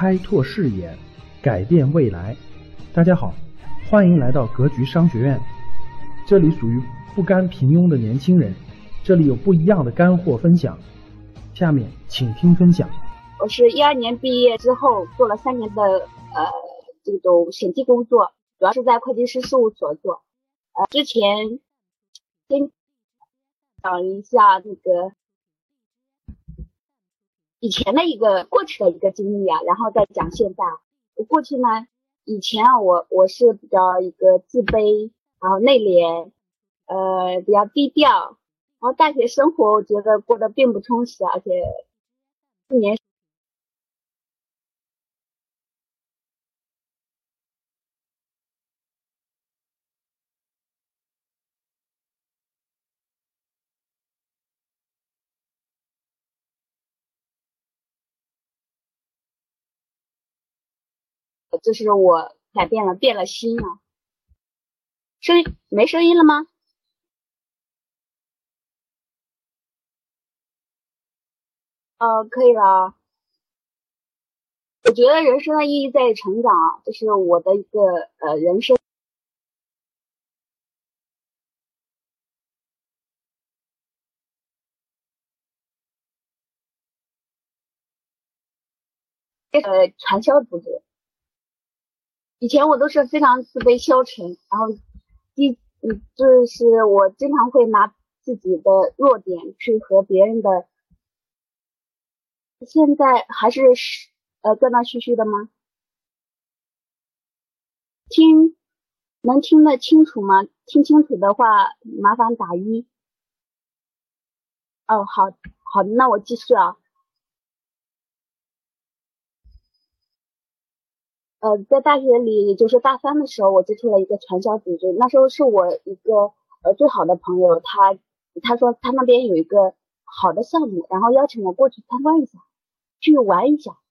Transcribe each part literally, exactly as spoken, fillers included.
开拓视野，改变未来。大家好，欢迎来到格局商学院，这里属于不甘平庸的年轻人，这里有不一样的干货分享。下面请听分享。 我是一二年毕业之后做了三年的呃这种审计工作，主要是在会计师事务所做。呃，之前先讲一下这个以前的一个过去的一个经历啊，然后再讲现在。我过去呢，以前啊，我我是比较一个自卑，然后内敛，呃，比较低调。然后大学生活我觉得过得并不充实，而且四年就是我改变了，变了心了。声音没声音了吗？呃，可以了。我觉得人生的意义在于成长，这是我的一个呃人生。呃，传销组织。以前我都是非常自卑消沉，然后一嗯，就是我经常会拿自己的弱点去和别人的。现在还是呃断断续续的吗？听能听得清楚吗？听清楚的话，麻烦打一。哦，好好的，那我继续啊。呃，在大学里，也就是大三的时候，我接触了一个传销组织。那时候是我一个呃最好的朋友，他他说他那边有一个好的项目，然后邀请我过去参观一下，去玩一下。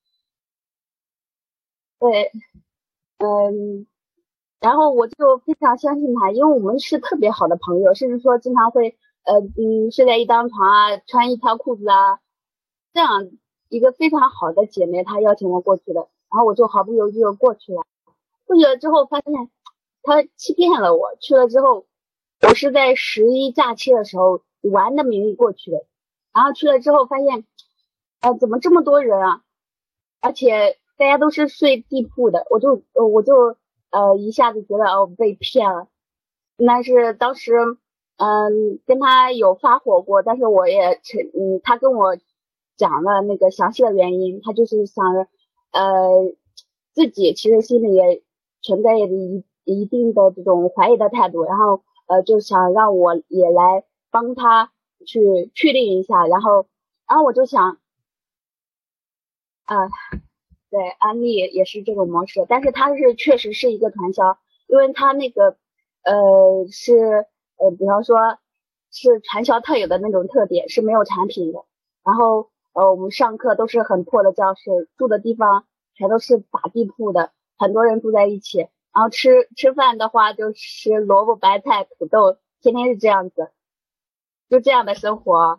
对，嗯，然后我就非常相信他，因为我们是特别好的朋友，甚至说经常会呃嗯睡在一张床啊，穿一条裤子啊，这样一个非常好的姐妹，她邀请我过去的，然后我就毫不犹豫的过去了。过去了之后发现他欺骗了我，去了之后我是在十一假期的时候玩的名义过去的，然后去了之后发现呃怎么这么多人啊，而且大家都是睡地铺的，我就呃我就呃一下子觉得哦被骗了。但是当时嗯跟他有发火过，但是我也承嗯他跟我讲了那个详细的原因，他就是想着呃自己其实心里也存在一一定的这种怀疑的态度，然后呃就想让我也来帮他去确定一下，然后然后我就想啊、呃对，安利也是这种模式，但是它是确实是一个传销，因为它那个呃是呃比方说是传销特有的那种特点，是没有产品的。然后呃我们上课都是很破的教室，住的地方全都是打地铺的，很多人住在一起，然后吃吃饭的话就吃萝卜白菜土豆，天天是这样子，就这样的生活。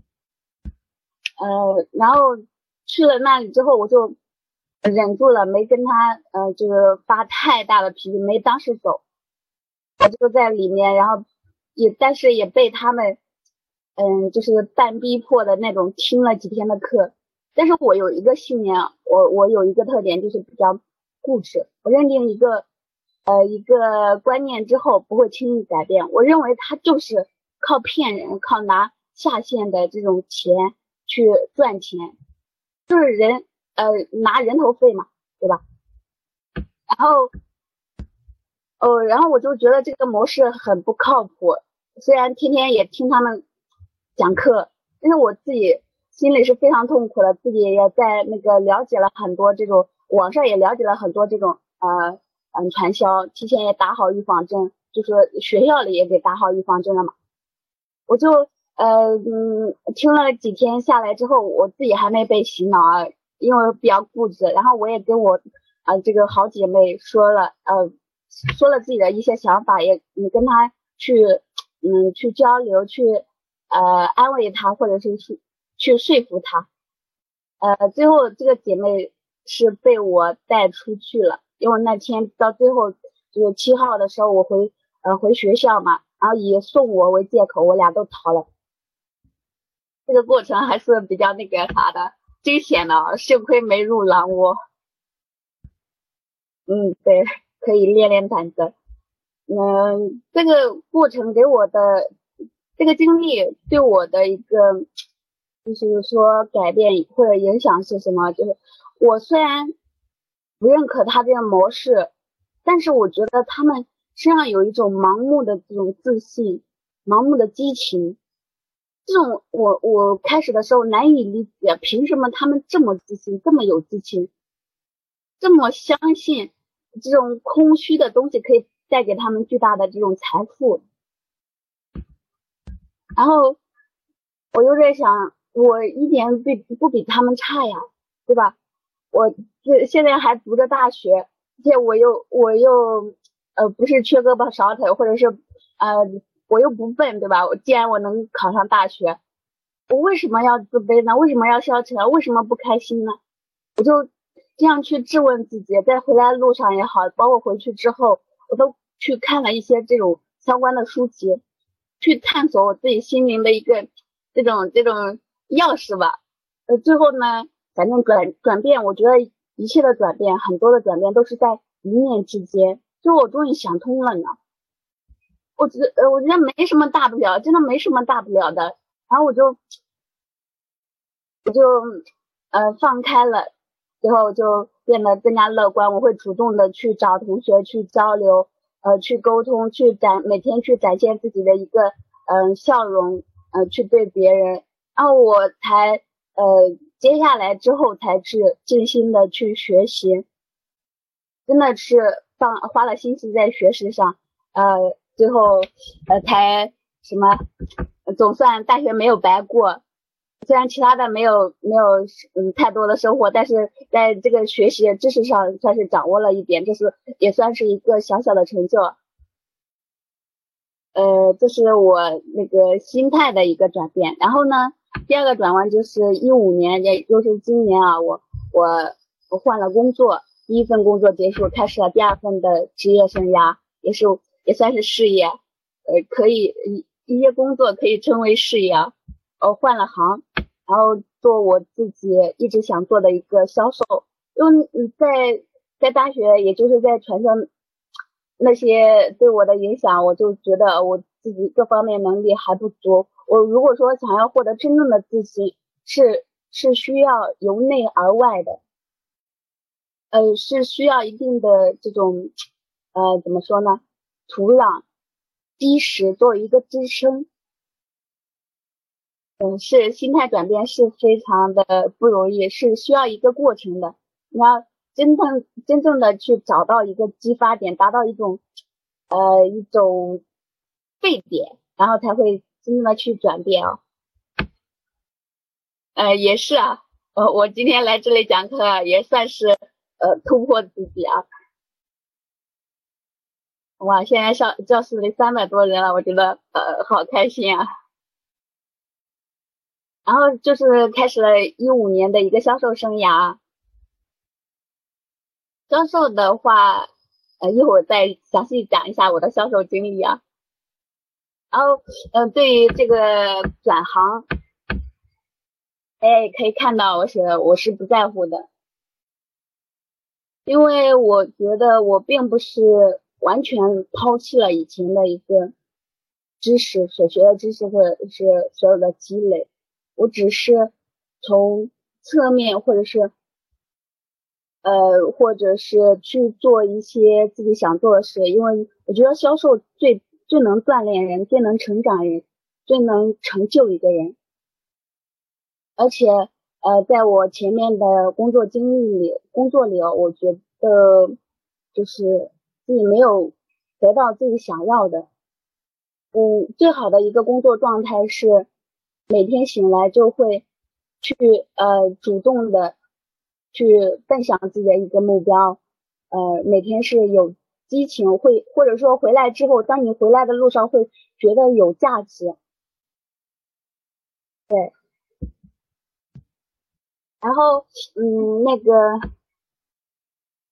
呃，然后去了那里之后，我就忍住了，没跟他呃，就是发太大的脾气，没当时走，我就在里面，然后也但是也被他们嗯，就是半逼迫的那种听了几天的课。但是我有一个信念，我我有一个特点，就是比较固执。我认定一个呃一个观念之后不会轻易改变。我认为他就是靠骗人，靠拿下线的这种钱去赚钱，就是人呃拿人头费嘛，对吧？然后哦，然后我就觉得这个模式很不靠谱。虽然天天也听他们讲课，但是我自己心里是非常痛苦的，自己也在那个了解了很多这种，网上也了解了很多这种呃嗯传销，提前也打好预防针，就是学校里也给打好预防针了嘛。我就呃嗯听了几天下来之后，我自己还没被洗脑啊，因为比较固执，然后我也跟我呃这个好姐妹说了呃说了自己的一些想法，也你跟她去嗯去交流，去呃安慰她，或者是去去说服她。呃最后这个姐妹是被我带出去了，因为那天到最后就是七号的时候，我回呃回学校嘛，然后以送我为借口，我俩都逃了。这个过程还是比较那个啥的，惊险的，幸亏没入狼窝。嗯，对，可以练练胆子。嗯，这个过程给我的这个经历对我的一个就是说改变或者影响是什么？就是我虽然不认可他这个模式，但是我觉得他们身上有一种盲目的这种自信，盲目的激情。这种我我开始的时候难以理解，凭什么他们这么自信，这么有激情，这么相信这种空虚的东西可以带给他们巨大的这种财富。然后我就在想，我一点比不比他们差呀，对吧？我这现在还读着大学，而且我又我又呃不是缺胳膊少腿，或者是呃我又不笨，对吧？我既然我能考上大学，我为什么要自卑呢？为什么要消沉？为什么不开心呢？我就这样去质问自己，在回来的路上也好，包括回去之后，我都去看了一些这种相关的书籍，去探索我自己心灵的一个这种这种钥匙吧。呃，最后呢，反正转转变，我觉得一切的转变，很多的转变都是在一念之间。就我终于想通了呢，我觉得呃，我觉得没什么大不了，真的没什么大不了的。然后我就我就呃放开了，之后就变得更加乐观。我会主动的去找同学去交流，呃，去沟通，去展每天去展现自己的一个嗯、呃、笑容，呃，去对别人。然后我才呃接下来之后才是静心的去学习，真的是放花了心思在学识上，呃，最后呃才什么，总算大学没有白过。虽然其他的没有没有嗯太多的收获，但是在这个学习知识上算是掌握了一点，这是也算是一个小小的成就。呃，这是我那个心态的一个转变。然后呢，第二个转弯就是一五年，也就是今年啊，我我我换了工作，第一份工作结束，开始了第二份的职业生涯，也是也算是事业，呃，可以一一些工作可以称为事业啊。我换了行，然后做我自己一直想做的一个销售。因为嗯在在大学，也就是在传承那些对我的影响，我就觉得我自己各方面能力还不足。我如果说想要获得真正的自信，是是需要由内而外的，呃，是需要一定的这种呃怎么说呢，土壤基石作为一个支撑。嗯，是心态转变是非常的不容易，是需要一个过程的。你要真正真正的去找到一个激发点，达到一种呃一种沸点，然后才会真正的去转变啊。呃，也是啊，呃，我今天来这里讲课啊也算是呃突破自己啊。哇，现在教教室里三百多人了，我觉得呃好开心啊。然后就是开始了一五年的一个销售生涯。销售的话，呃，一会儿再详细讲一下我的销售经历啊。然后，呃，对于这个转行，哎，可以看到我是我是不在乎的，因为我觉得我并不是完全抛弃了以前的一个知识，所学的知识或者是所有的积累，我只是从侧面或者是呃，或者是去做一些自己想做的事。因为我觉得销售最最能锻炼人，最能成长人，最能成就一个人。而且呃，在我前面的工作经历里，工作里哦，我觉得就是自己没有得到自己想要的。嗯，最好的一个工作状态是每天醒来就会去呃主动的去奔向自己的一个目标，呃每天是有激情，会或者说回来之后，当你回来的路上会觉得有价值。对，然后嗯那个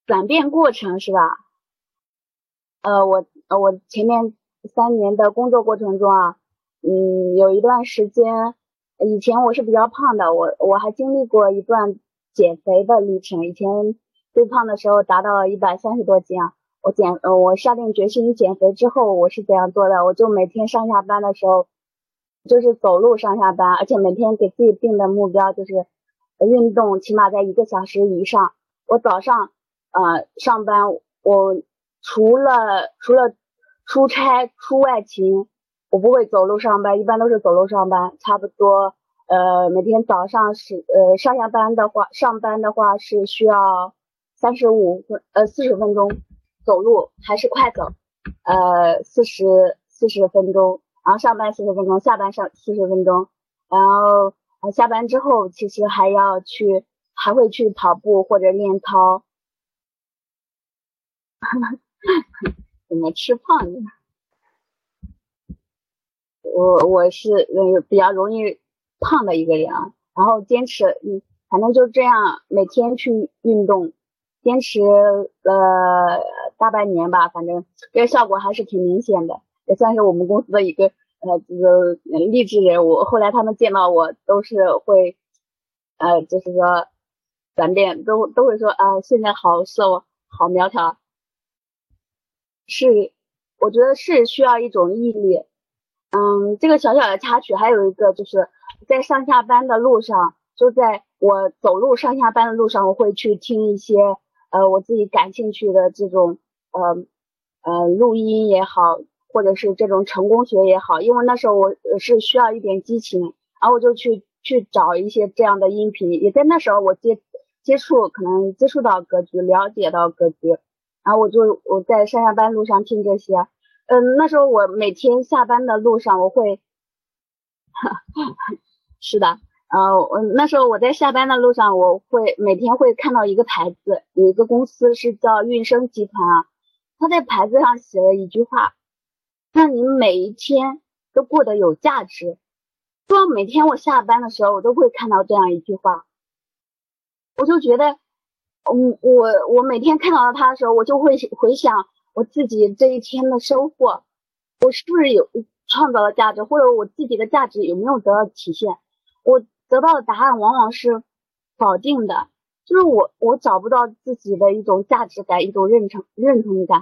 转变过程是吧？呃，我呃我前面三年的工作过程中啊，嗯，有一段时间，以前我是比较胖的，我我还经历过一段减肥的历程。以前最胖的时候达到了一百三十多斤啊。我减呃我下定决心减肥之后，我是怎样做的？我就每天上下班的时候，就是走路上下班，而且每天给自己定的目标就是运动起码在一个小时以上。我早上呃上班，我除了除了出差出外勤，我不会走路上班，一般都是走路上班。差不多呃每天早上是呃上下班的话，上班的话是需要三十五分呃四十分钟走路，还是快走，呃四十四十分钟，然后上班四十分钟，下班上四十分钟，然后呃下班之后其实还要去还会去跑步或者练操。怎么吃胖的？我我是嗯比较容易胖的一个人啊，然后坚持嗯，反正就这样每天去运动，坚持了大半年吧，反正这个效果还是挺明显的，也算是我们公司的一个呃这个励志人物。后来他们见到我都是会呃就是说转变，都都会说啊、现在好瘦好苗条。是我觉得是需要一种毅力。嗯，这个小小的插曲还有一个就是在上下班的路上，就在我走路上下班的路上，我会去听一些呃我自己感兴趣的这种呃呃录音也好，或者是这种成功学也好，因为那时候我是需要一点激情，然后我就去去找一些这样的音频，也在那时候我接接触可能接触到格局，了解到格局，然后我就我在上下班路上听这些。嗯，那时候我每天下班的路上，我会，是的，呃，我那时候我在下班的路上，我会每天会看到一个牌子，有一个公司是叫运生集团啊，他在牌子上写了一句话，让你每一天都过得有价值。说每天我下班的时候，我都会看到这样一句话，我就觉得，嗯，我我每天看到它的时候，我就会回想我自己这一天的收获。我是不是有创造了价值，或者我自己的价值有没有得到体现？我得到的答案往往是否定的，就是我我找不到自己的一种价值感，一种认同认同感。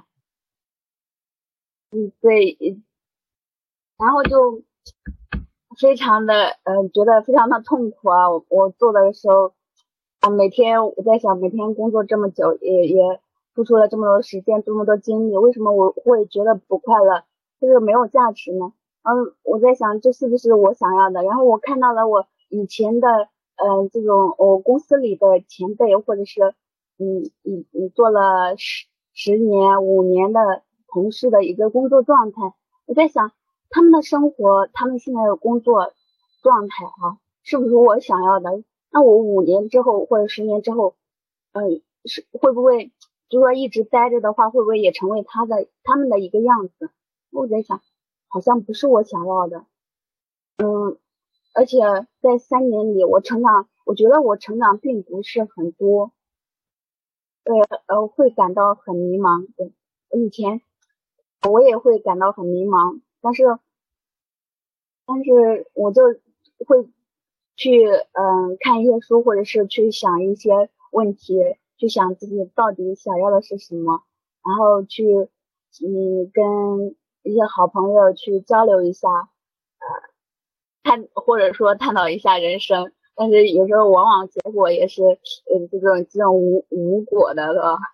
嗯，对，然后就非常的呃觉得非常的痛苦啊。我我做的时候啊，每天我在想，每天工作这么久，也也付出了这么多时间，这么多精力，为什么我会觉得不快乐？就是没有价值呢？嗯，我在想这是不是我想要的？然后我看到了我以前的呃这种我公司里的前辈，或者是嗯嗯嗯做了十十年五年的同事的一个工作状态，我在想他们的生活，他们现在的工作状态啊，是不是我想要的？那我五年之后或者十年之后，嗯，是会不会就说一直待着的话，会不会也成为他的他们的一个样子？我在想，好像不是我想要的。嗯，而且在三年里，我成长，我觉得我成长并不是很多，呃呃，会感到很迷茫。对，我以前我也会感到很迷茫，但是但是我就会去嗯看一些书，或者是去想一些问题，去想自己到底想要的是什么，然后去嗯跟一些好朋友去交流一下，探或者说探讨一下人生。但是有时候往往结果也是呃这种这种无无果的，是吧？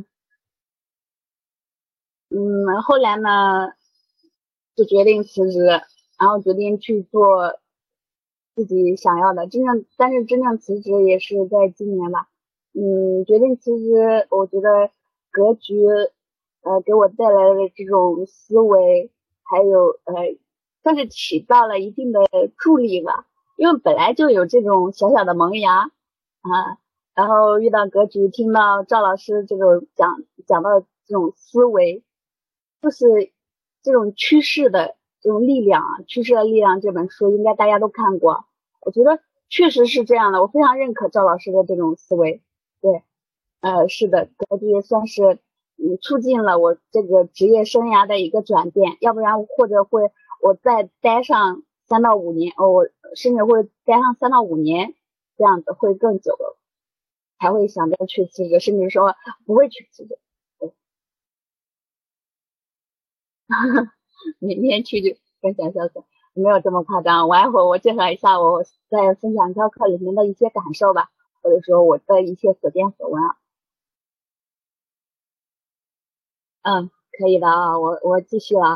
嗯，后来呢就决定辞职，然后决定去做自己想要的，真正但是真正辞职也是在今年吧。嗯，决定辞职，我觉得格局呃给我带来的这种思维，还有呃算是起到了一定的助力吧，因为本来就有这种小小的萌芽啊，然后遇到格局，听到赵老师这种讲讲到这种思维，就是这种趋势的这种力量啊，趋势的力量这本书应该大家都看过，我觉得确实是这样的，我非常认可赵老师的这种思维。对， 呃，是的，格局算是嗯促进了我这个职业生涯的一个转变，要不然或者会我再待上三到五年，哦，我甚至会待上三到五年，这样子会更久了，才会想着去辞职，甚至说不会去辞职。对，明天去就分享销售，没有这么夸张。我待会儿我介绍一下我在分享教课里面的一些感受吧，或者说我的一些所见所闻啊。嗯，可以的啊，我我继续了。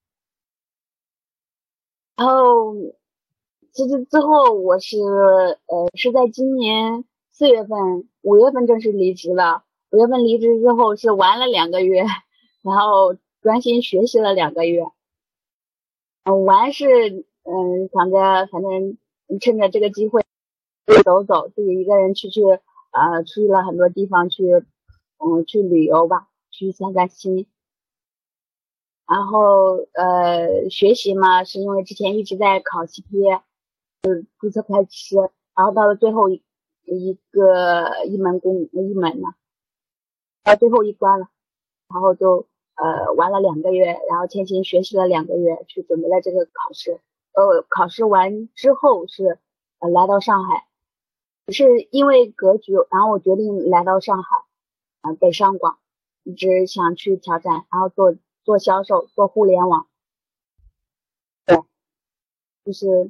然后其实之后我是呃是在今年四月份、五月份正式离职的。五月份离职之后是玩了两个月，然后专心学习了两个月。嗯，玩是嗯想着反正趁着这个机会走走，自己一个人去去呃去了很多地方去嗯去旅游吧，去散散心。然后呃学习嘛，是因为之前一直在考 C P A，注册会计师，然后到了最后一一个一门公一门呢，到最后一关了，然后就呃玩了两个月，然后潜心学习了两个月，去准备了这个考试。呃，考试完之后是呃来到上海，是因为格局，然后我决定来到上海，呃北上广，一直想去挑战，然后做做销售，做互联网。对，就是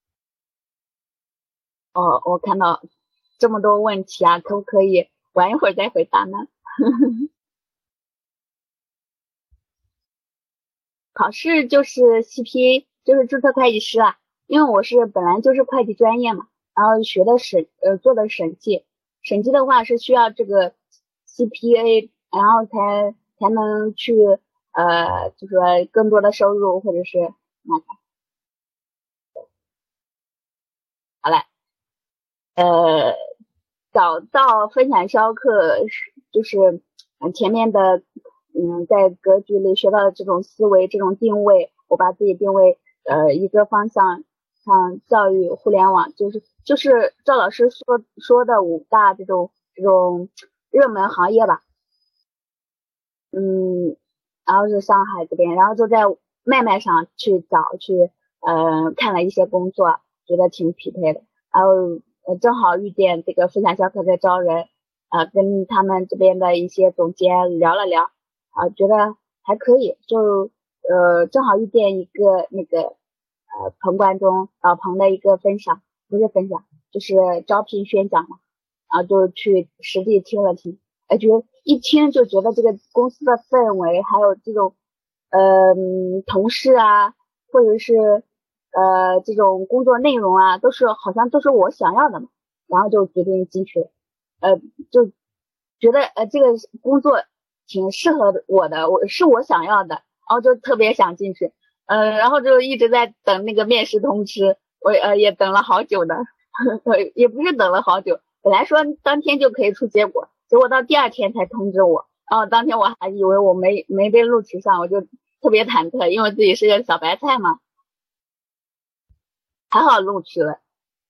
哦，我看到这么多问题啊，可不可以晚一会儿再回答呢？考试就是 C P A，就是注册会计师啊。因为我是本来就是会计专业嘛，然后学的审呃做的审计，审计的话是需要这个 C P A，然后才才能去呃就说更多的收入或者是那个。好嘞，呃，找到分享销课是就是嗯前面的嗯在格局里学到的这种思维这种定位，我把自己定位呃一个方向，像教育互联网，就是就是赵老师说说的五大这种这种热门行业吧。嗯，然后是上海这边，然后就在麦麦上去找去呃看了一些工作，觉得挺匹配的。然后呃正好遇见这个分享销课在招人，呃跟他们这边的一些总监聊了聊，啊、觉得还可以，就呃正好遇见一个那个呃彭贯中老彭的一个分享，不是分享，就是招聘宣讲嘛，然后就去实地听了听。哎，觉得一听就觉得这个公司的氛围，还有这种呃同事啊，或者是呃这种工作内容啊，都是好像都是我想要的嘛，然后就决定进去了。呃，就觉得呃这个工作挺适合我的，我是我想要的，然后就特别想进去。呃，然后就一直在等那个面试通知，我呃也等了好久的，也不是等了好久，本来说当天就可以出结果。结果到第二天才通知我，然后当天我还以为我没没被录取上，我就特别忐忑，因为自己是个小白菜嘛，还好录取了。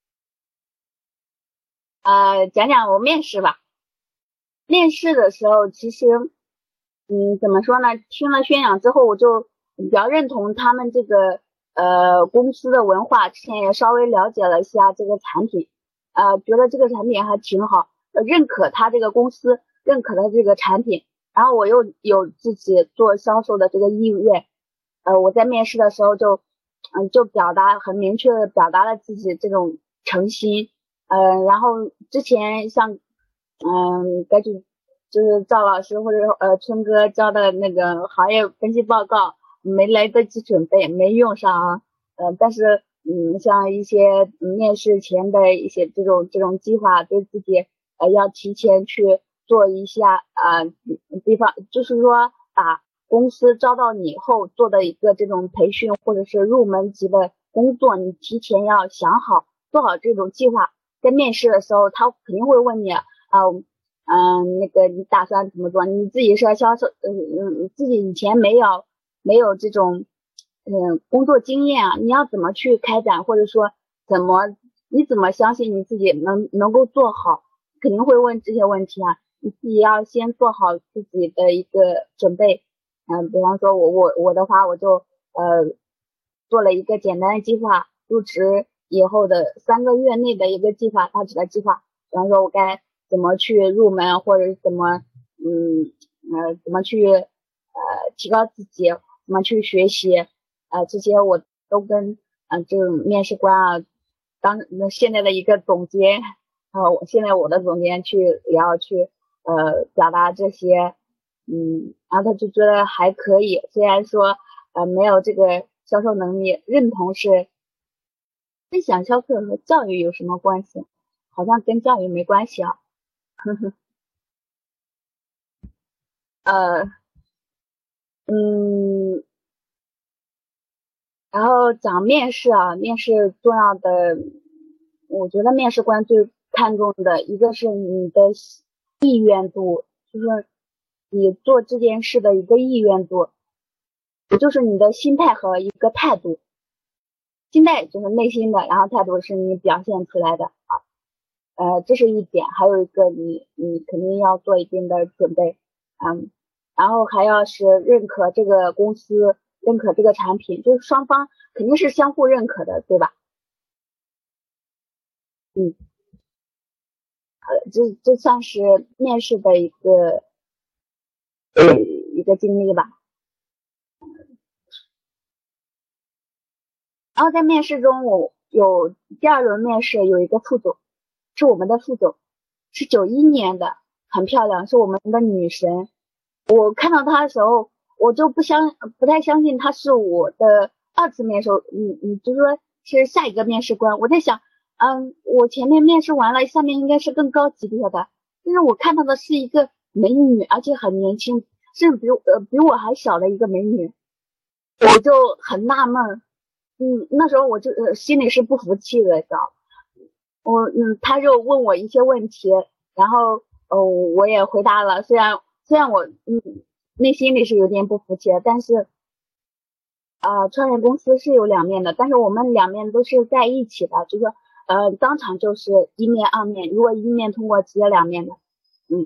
呃，讲讲我面试吧。面试的时候，其实，嗯，怎么说呢？听了宣讲之后，我就比较认同他们这个呃公司的文化，之前也稍微了解了一下这个产品，呃，觉得这个产品还挺好，呃认可他这个公司，认可他这个产品，然后我又有自己做销售的这个意愿，呃，我在面试的时候就，嗯，就表达很明确的表达了自己这种诚心。呃，然后之前像，嗯，根据就是赵老师或者呃春哥教的那个行业分析报告，没来得及准备，没用上啊。呃，但是嗯，像一些面试前的一些这种这种计划，对自己呃要提前去做一下啊、呃，比方就是说把公司招到你后做的一个这种培训或者是入门级的工作，你提前要想好，做好这种计划。在面试的时候，他肯定会问你啊，嗯，那个你打算怎么做？你自己是销售，嗯嗯，自己以前没有没有这种嗯工作经验啊，你要怎么去开展，或者说怎么你怎么相信你自己能能够做好？肯定会问这些问题啊。 你自己要先做好自己的一个准备。嗯，比方说我我我的话，我就呃做了一个简单的计划，入职以后的三个月内的一个计划，大致的计划。比方说我该怎么去入门，或者怎么嗯呃怎么去呃提高自己，怎么去学习，呃这些我都跟嗯、呃、这种面试官啊当现在的一个总监，呃我现在我的总监去也要去呃表达这些。嗯，然后他就觉得还可以，虽然说呃没有这个销售能力，认同是分享销售和教育有什么关系？好像跟教育没关系啊。呵呵。呃嗯，然后讲面试啊，面试重要的，我觉得面试官最看重的一个是你的意愿度，就是你做这件事的一个意愿度，也就是你的心态和一个态度。心态就是内心的，然后态度是你表现出来的啊，呃，这是一点，还有一个你你肯定要做一定的准备，嗯，然后还要是认可这个公司，认可这个产品，就是双方肯定是相互认可的，对吧？嗯，呃，这这算是面试的一个呃一个经历吧。然后在面试中，我有第二轮面试有一个副总，是我们的副总，是九一年的，很漂亮，是我们的女神。我看到她的时候，我就不相不太相信她是我的二次面试，你你就说是下一个面试官。我在想，嗯，我前面面试完了，下面应该是更高级别的，但是我看到的是一个美女，而且很年轻，甚至比我呃比我还小的一个美女，我就很纳闷。嗯，那时候我就呃心里是不服气的，知道。我嗯，他就问我一些问题，然后呃我也回答了，虽然虽然我嗯内心里是有点不服气的，但是啊、呃、创业公司是有两面的，但是我们两面都是在一起的，就是呃当场就是一面二面，如果一面通过直接两面的。嗯，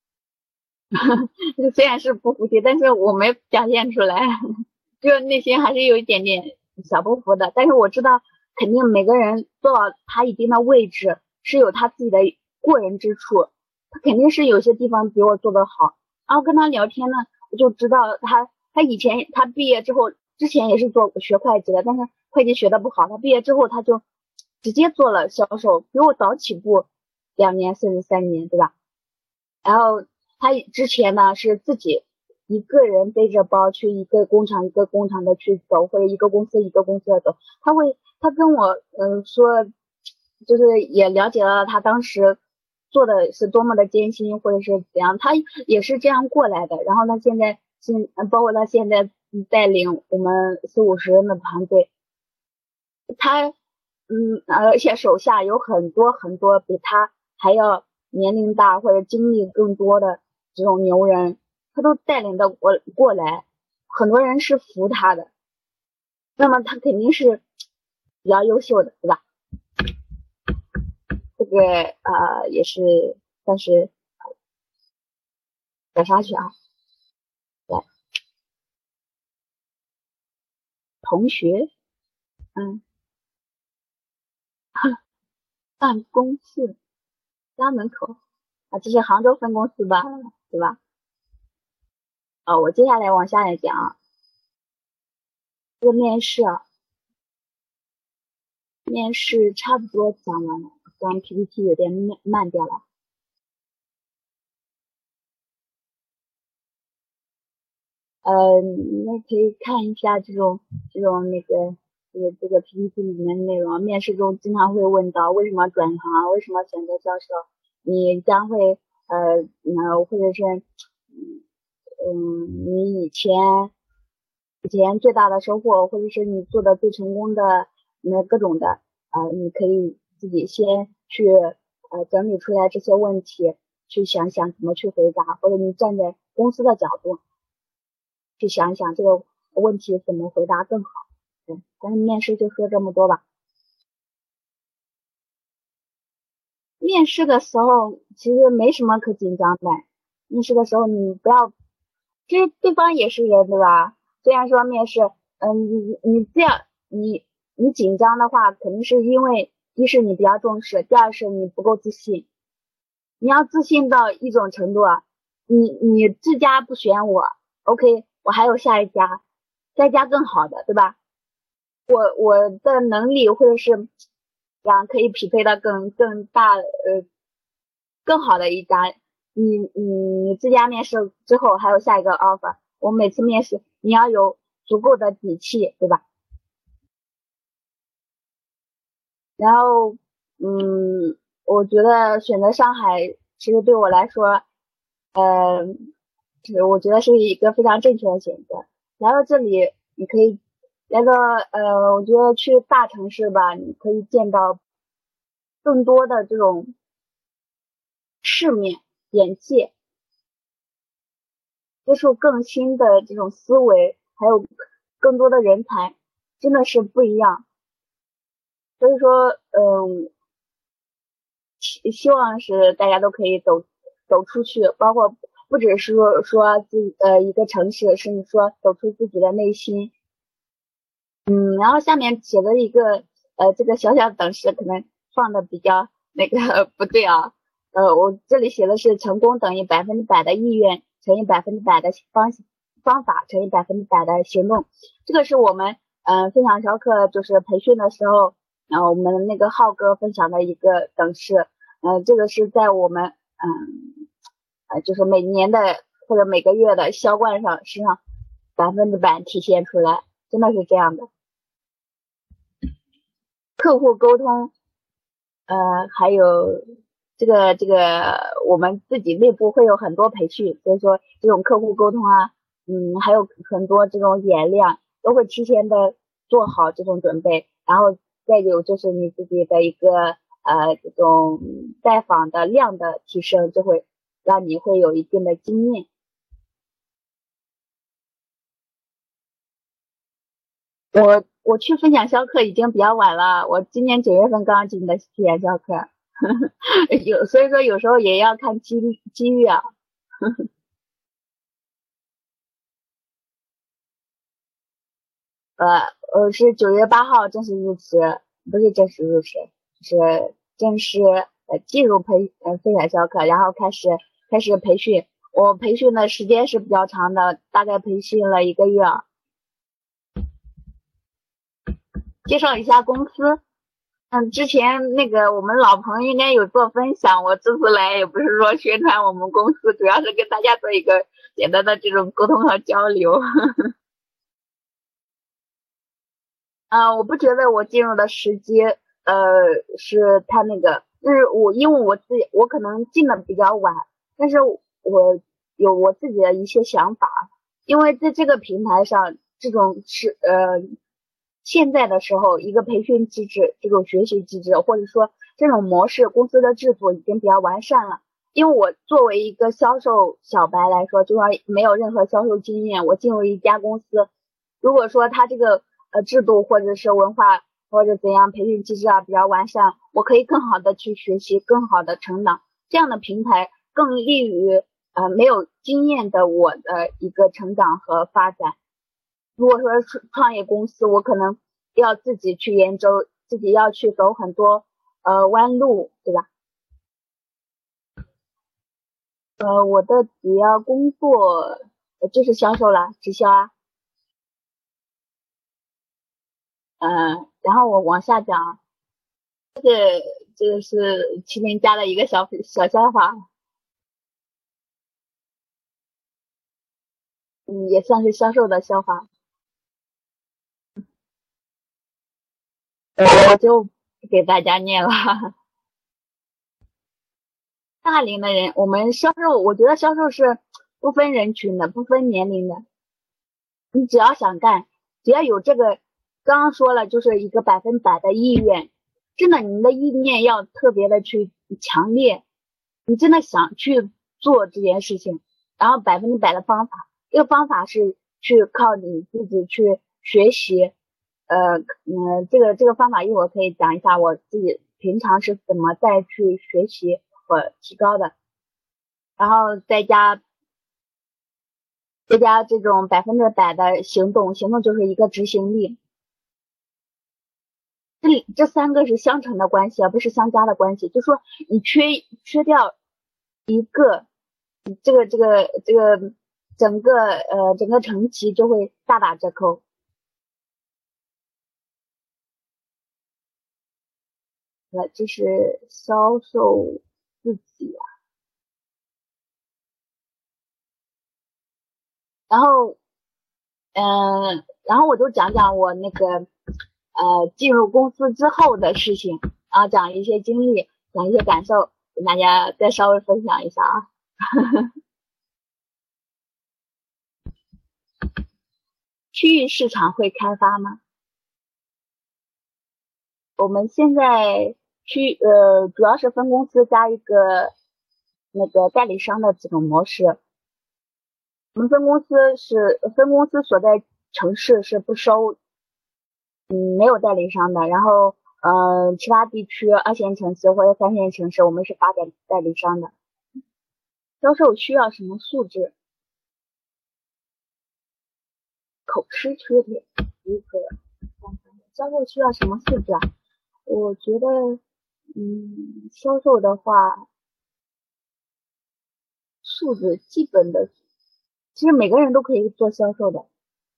虽然是不服气，但是我没表现出来，就内心还是有一点点小不服的，但是我知道肯定每个人做到他一定的位置是有他自己的过人之处，他肯定是有些地方比我做得好。然后跟他聊天呢，我就知道他他以前他毕业之后，之前也是做学会计的，但是会计学的不好，他毕业之后他就直接做了销售，比我早起步两年甚至三年，对吧？然后他之前呢是自己一个人背着包去一个工厂一个工厂的去走，或者一个公司一个公司的走。他会，他跟我嗯、呃、说，就是也了解到了他当时做的是多么的艰辛，或者是怎样，他也是这样过来的。然后他现在现包括他现在带领我们四五十人的团队，他嗯，而且手下有很多很多比他还要年龄大或者经历更多的这种牛人，他都带领的过过来，很多人是服他的，那么他肯定是比较优秀的，对吧？这个呃也是算是点上去啊。对，同学，嗯，办公室家门口啊，这是杭州分公司吧，对吧？呃，我接下来往下来讲啊，这个面试啊。面试差不多讲完了，虽然 P P T 有点慢慢掉了。呃，你也可以看一下这种这种那个这个这个 P P T 里面的内容。面试中经常会问到为什么转行，为什么选择销售，你将会呃呃或者是嗯你以前以前最大的收获，或者是你做的最成功的那各种的呃，你可以自己先去呃整理出来这些问题，去想想怎么去回答，或者你站在公司的角度去想一想这个问题怎么回答更好。对，但是面试就说这么多吧。 面试的时候其实没什么可紧张的。面试的时候你不要，其实对方也是人，对吧？虽然说面试，嗯，你你这样，你你紧张的话，肯定是因为一是你比较重视，第二是你不够自信。你要自信到一种程度啊，你你这家不选我 ，OK， 我还有下一家，下一家更好的，对吧？我我的能力或者是这样可以匹配到更更大呃更好的一家。你你这家面试之后还有下一个 offer， 我每次面试你要有足够的底气，对吧？然后嗯，我觉得选择上海其实对我来说，呃，我觉得是一个非常正确的选择。来到这里，你可以来到呃，我觉得去大城市吧，你可以见到更多的这种世面眼界，接触更新的这种思维，还有更多的人才，真的是不一样。所以说，嗯，希希望是大家都可以走走出去，包括不只是说说自呃一个城市，甚至说走出自己的内心。嗯，然后下面写的一个呃这个小小等式可能放的比较那个不对啊，呃我这里写的是成功等于百分之百的意愿乘以百分之百的方方法乘以百分之百的行动。这个是我们嗯、呃、分享小课就是培训的时候，然后我们那个浩哥分享的一个等式，嗯、呃、这个是在我们嗯呃就是每年的或者每个月的销冠上身上百分之百体现出来，真的是这样的。客户沟通，呃，还有这个这个我们自己内部会有很多培训，所以说这种客户沟通啊，嗯，还有很多这种演练都会提前的做好这种准备，然后再有就是你自己的一个呃这种带访的量的提升，就会让你会有一定的经验。我我去分享销课已经比较晚了，我今年九月份刚进的分享销课，有所以说有时候也要看机遇机遇啊。呃呃是九月八号正式入职，不是正式入职，是正式呃进入培呃分享销课，然后开始开始培训。我培训的时间是比较长的，大概培训了一个月。介绍一下公司。嗯，之前那个我们老彭应该有做分享，我这次来也不是说宣传我们公司，主要是跟大家做一个简单的这种沟通和交流。啊，我不觉得我进入的时机，呃，是他那个，就是我因为我自己，我可能进的比较晚，但是我有我自己的一些想法，因为在这个平台上，这种是呃。现在的时候，一个培训机制，这种学习机制，或者说这种模式，公司的制度已经比较完善了。因为我作为一个销售小白来说，就说没有任何销售经验，我进入一家公司，如果说他这个呃制度或者是文化或者怎样培训机制啊比较完善，我可以更好的去学习，更好的成长。这样的平台更利于呃没有经验的我的一个成长和发展。如果说创业公司，我可能要自己去研究，自己要去走很多呃弯路，对吧？呃，我的主要工作就是销售啦，直销啊。嗯、呃，然后我往下讲，这个这个是麒麟家的一个小小笑话，嗯，也算是销售的笑话。我就不给大家念了。大龄的人，我们销售，我觉得销售是不分人群的，不分年龄的。你只要想干，只要有这个，刚刚说了，就是一个百分百的意愿，真的，你的意念要特别的去强烈，你真的想去做这件事情，然后百分之百的方法，这个方法是去靠你自己去学习，呃，嗯，这个这个方法一会儿可以讲一下我自己平常是怎么再去学习和提高的，然后再加再加这种百分之百的行动，行动就是一个执行力。这里这三个是相乘的关系，而不是相加的关系。就说你缺缺掉一个，这个这个这个整个呃整个成绩就会大打折扣。呃，这是销售自己啊，然后嗯、呃，然后我就讲讲我那个呃进入公司之后的事情，然后讲一些经历，讲一些感受，跟大家再稍微分享一下啊。区域市场会开发吗？我们现在区呃主要是分公司加一个那个代理商的这种模式。我们分公司是分公司所在城市是不收嗯没有代理商的，然后嗯、呃、其他地区二线城市或者三线城市我们是发给代理商的。销售需要什么素质？口吃缺点一个。销售需要什么素质啊？我觉得嗯销售的话素质基本的，其实每个人都可以做销售的。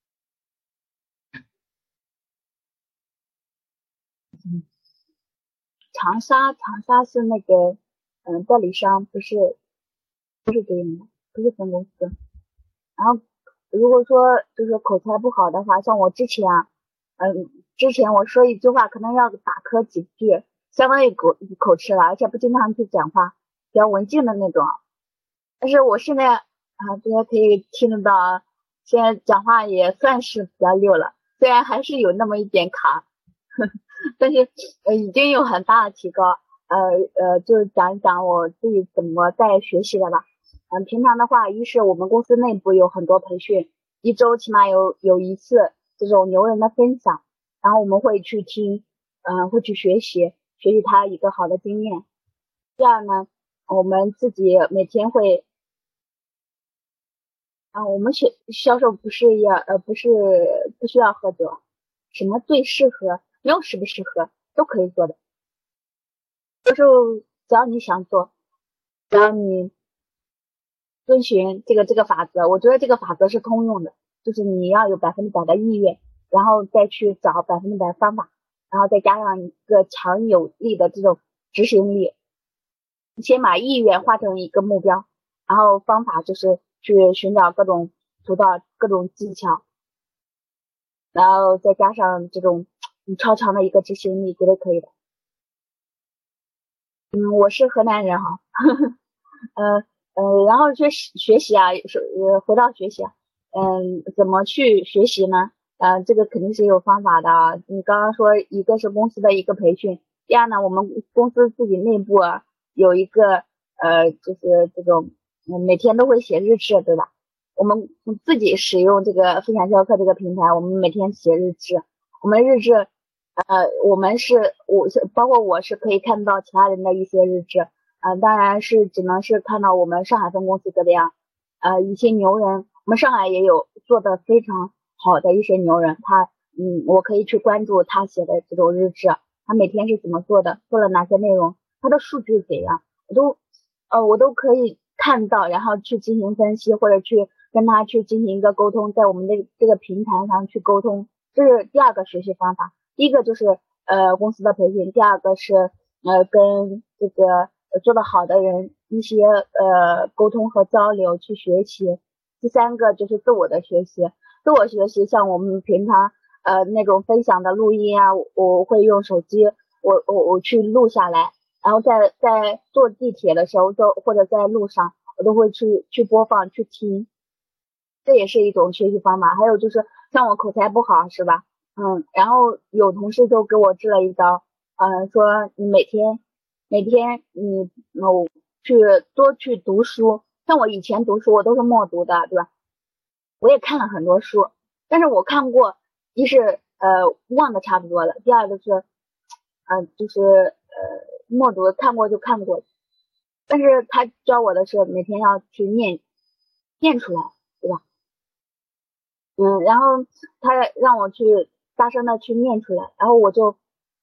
嗯，长沙长沙是那个嗯代理商，不是不是直营的，不是分公司。然后如果说就是口才不好的话，像我之前啊，嗯，之前我说一句话可能要打磕几句，相当于口口吃了，而且不经常去讲话，比较文静的那种。但是我现在啊，大家可以听得到啊，现在讲话也算是比较溜了，虽然还是有那么一点卡，呵呵，但是呃已经有很大的提高。呃呃，就讲一讲我自己怎么在学习的吧。嗯，平常的话，一是我们公司内部有很多培训，一周起码有有一次这种牛人的分享，然后我们会去听，嗯、呃，会去学习学习他一个好的经验。第二呢，我们自己每天会啊，我们学销售不是要呃不是不需要喝酒，什么最适合，没有适不适合都可以做的，销售只要你想做，只要你遵循这个这个法则，我觉得这个法则是通用的，就是你要有百分之百的意愿，然后再去找百分之百的方法，然后再加上一个强有力的这种执行力。你先把意愿化成一个目标，然后方法就是去寻找各种途道、各种技巧，然后再加上这种超强的一个执行力，绝对可以的。嗯，我是河南人哈，呃呃，然后去学习啊，是呃回到学习啊，嗯，怎么去学习呢？呃，这个肯定是有方法的啊。你刚刚说一个是公司的一个培训，第二呢，我们公司自己内部啊有一个呃，就是这种嗯每天都会写日志，对吧？我们自己使用这个分享教课这个平台，我们每天写日志，我们日志呃，我们是我是包括我是可以看到其他人的一些日志。呃，当然是只能是看到我们上海分公司这样，呃，一些牛人，我们上海也有做的非常好的一些牛人，他，嗯，我可以去关注他写的这种日志，他每天是怎么做的，做了哪些内容，他的数据怎样，我都，呃，我都可以看到，然后去进行分析，或者去跟他去进行一个沟通，在我们的这个平台上去沟通，这是第二个学习方法。第一个就是呃公司的培训，第二个是呃跟这个做得好的人一些呃沟通和交流去学习，第三个就是自我的学习。自我学习像我们平常呃那种分享的录音啊，我我会用手机我我我去录下来，然后在在坐地铁的时候就或者在路上我都会去去播放去听，这也是一种学习方法。还有就是像我口才不好是吧，嗯，然后有同事就给我支了一招，嗯，说你每天每天你我去多去读书，像我以前读书我都是默读的，对吧？我也看了很多书，但是我看过，一是呃忘的差不多了，第二个是，呃就是默读看过就看过，但是他教我的是每天要去念念出来，对吧？嗯，然后他让我去大声的去念出来，然后我就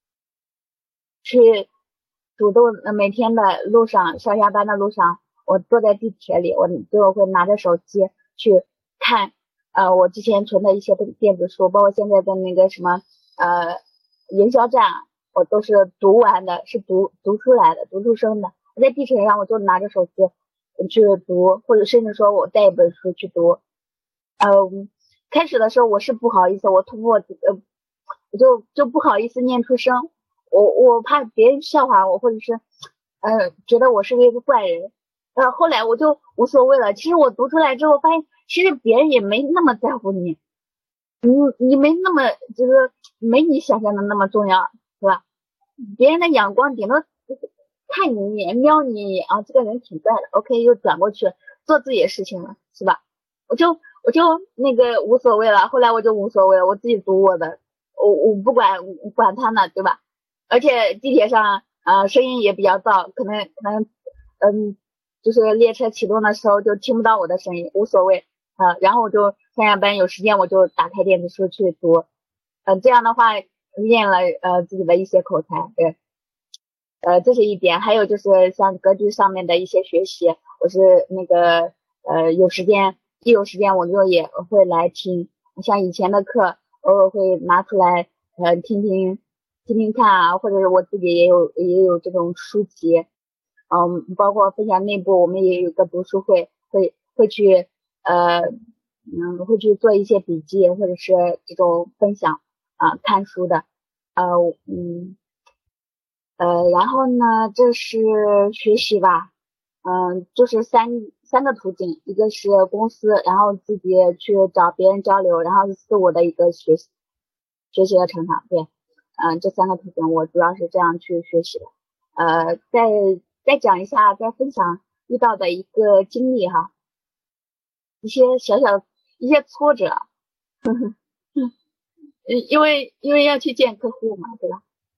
去主动每天的路上上下班的路上，我坐在地铁里，我就会拿着手机去看呃我之前存的一些电子书，包括现在的那个什么呃营销站，我都是读完的，是读读出来的，读出声的。我在地铁上我就拿着手机去读，或者甚至说我带一本书去读。嗯，开始的时候我是不好意思，我突破呃我就就不好意思念出声，我我怕别人笑话我，或者是呃觉得我是一个怪人。呃后来我就无所谓了，其实我读出来之后发现，其实别人也没那么在乎你，你你没那么就是没你想象的那么重要，是吧？别人的眼光顶多看你一眼，瞄你一眼啊，这个人挺怪的 ，OK 又转过去做自己的事情了，是吧？我就我就那个无所谓了，后来我就无所谓了，我自己读我的，我我不管管他呢，对吧？而且地铁上呃声音也比较噪，可能可能嗯就是列车启动的时候就听不到我的声音，无所谓啊、呃。然后我就上下班有时间我就打开电子书去读，呃这样的话练了呃自己的一些口才，对，呃这是一点。还有就是像格局上面的一些学习，我是那个呃有时间一有时间我就也会来听，像以前的课偶尔会拿出来呃听听听听看啊，或者是我自己也有也有这种书籍，嗯，包括分享内部我们也有个读书会，会会去呃嗯会去做一些笔记或者是这种分享啊、呃、看书的呃嗯呃然后呢这是学习吧，嗯就是三三个途径，一个是公司，然后自己去找别人交流，然后是我的一个学习学习的成长，对，嗯这三个途径我主要是这样去学习的。呃再再讲一下，再分享遇到的一个经历哈，一些小小一些挫折，嗯，因为因为要去见客户嘛，对吧？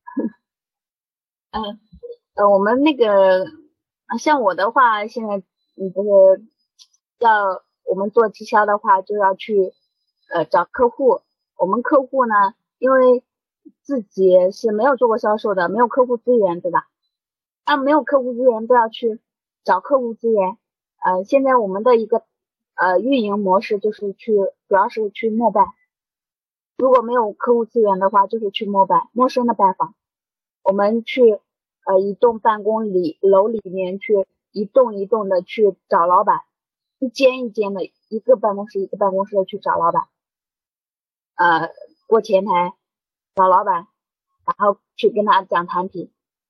嗯呃，我们那个像我的话，现在嗯不是要我们做直销的话，就要去呃找客户。我们客户呢，因为自己是没有做过销售的，没有客户资源，对吧？啊，没有客户资源都要去找客户资源。呃，现在我们的一个呃运营模式就是去，主要是去陌拜。如果没有客户资源的话，就是去陌拜，陌生的拜访。我们去呃一栋办公里楼里面去一栋一栋的去找老板，一间一间的，一个办公室一个办公室的去找老板，呃，过前台找老板，然后去跟他讲产品。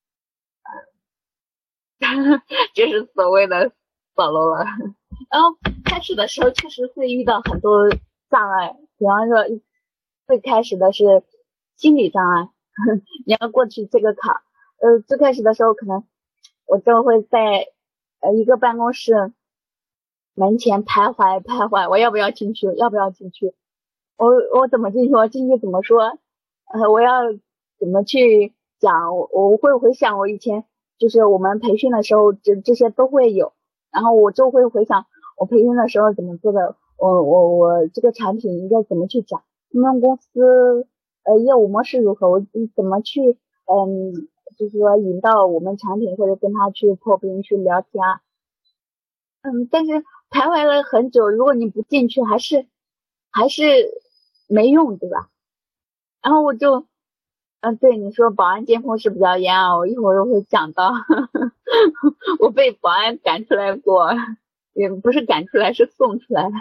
就是所谓的扫楼了。然后开始的时候确实会遇到很多障碍，比方说最开始的是心理障碍，你要过去这个坎。呃，最开始的时候可能我就会在呃一个办公室门前徘徊徘徊，我要不要进去？要不要进去？我我怎么进去？我进去怎么说？呃，我要怎么去讲？我我会回想我以前就是我们培训的时候，这这些都会有，然后我就会回想我培训的时候怎么做的，我我我这个产品应该怎么去讲，他们公司呃业务模式如何，我怎么去嗯，就是说引导我们产品或者跟他去破冰去聊天啊，嗯，但是徘徊了很久，如果你不进去，还是还是没用，对吧？然后我就，嗯，对你说保安监控是比较严啊，我一会儿会讲到，我被保安赶出来过，也不是赶出来，是送出来。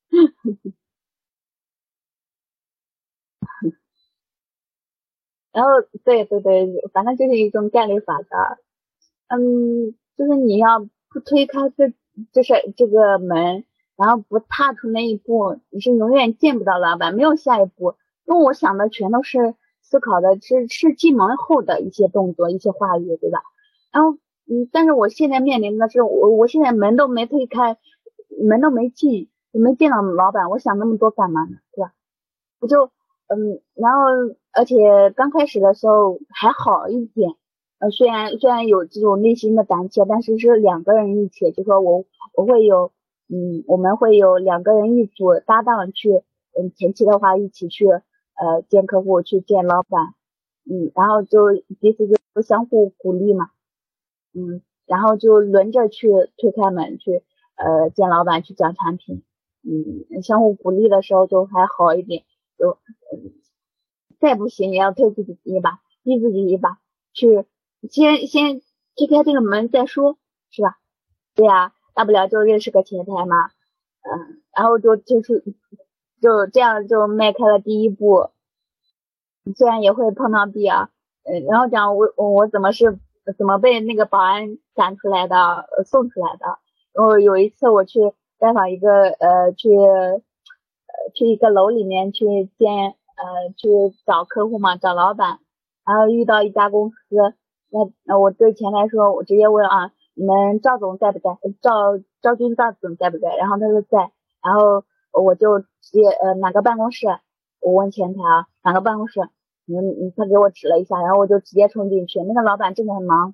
然后，对对对，反正就是一种概率法则，嗯，就是你要不推开这这是这个门，然后不踏出那一步，你是永远见不到老板，没有下一步。因为我想的全都是思考的是是进门后的一些动作、一些话语，对吧？然后，嗯，但是我现在面临的是，我我现在门都没推开，门都没进，也没见到老板，我想那么多干嘛呢？对吧？我就，嗯，然后而且刚开始的时候还好一点。 呃，虽然虽然有这种内心的胆怯，但是是两个人一起，就说我我会有，嗯，我们会有两个人一组搭档去，嗯，前期的话一起去，呃，见客户，去见老板，嗯，然后就彼此就相互鼓励嘛，嗯，然后就轮着去推开门去，呃，见老板去讲产品，嗯，相互鼓励的时候就还好一点，就，嗯，再不行也要推自己一把，逼自己一把，去。先先推开这个门再说，是吧？对呀，大不了就认识个前台嘛，嗯，然后就就是就这样就迈开了第一步，虽然也会碰到壁啊，嗯，然后讲我我我怎么是怎么被那个保安赶出来的，呃送出来的。然后有一次我去拜访一个呃去呃去一个楼里面去见呃去找客户嘛，找老板，然后遇到一家公司。那那我对前台说，我直接问啊，你们赵总在不在？赵赵军赵总在不在？然后他说在，然后我就直接呃哪个办公室？我问前台啊哪个办公室？嗯嗯，他给我指了一下，然后我就直接冲进去，那个老板正在忙，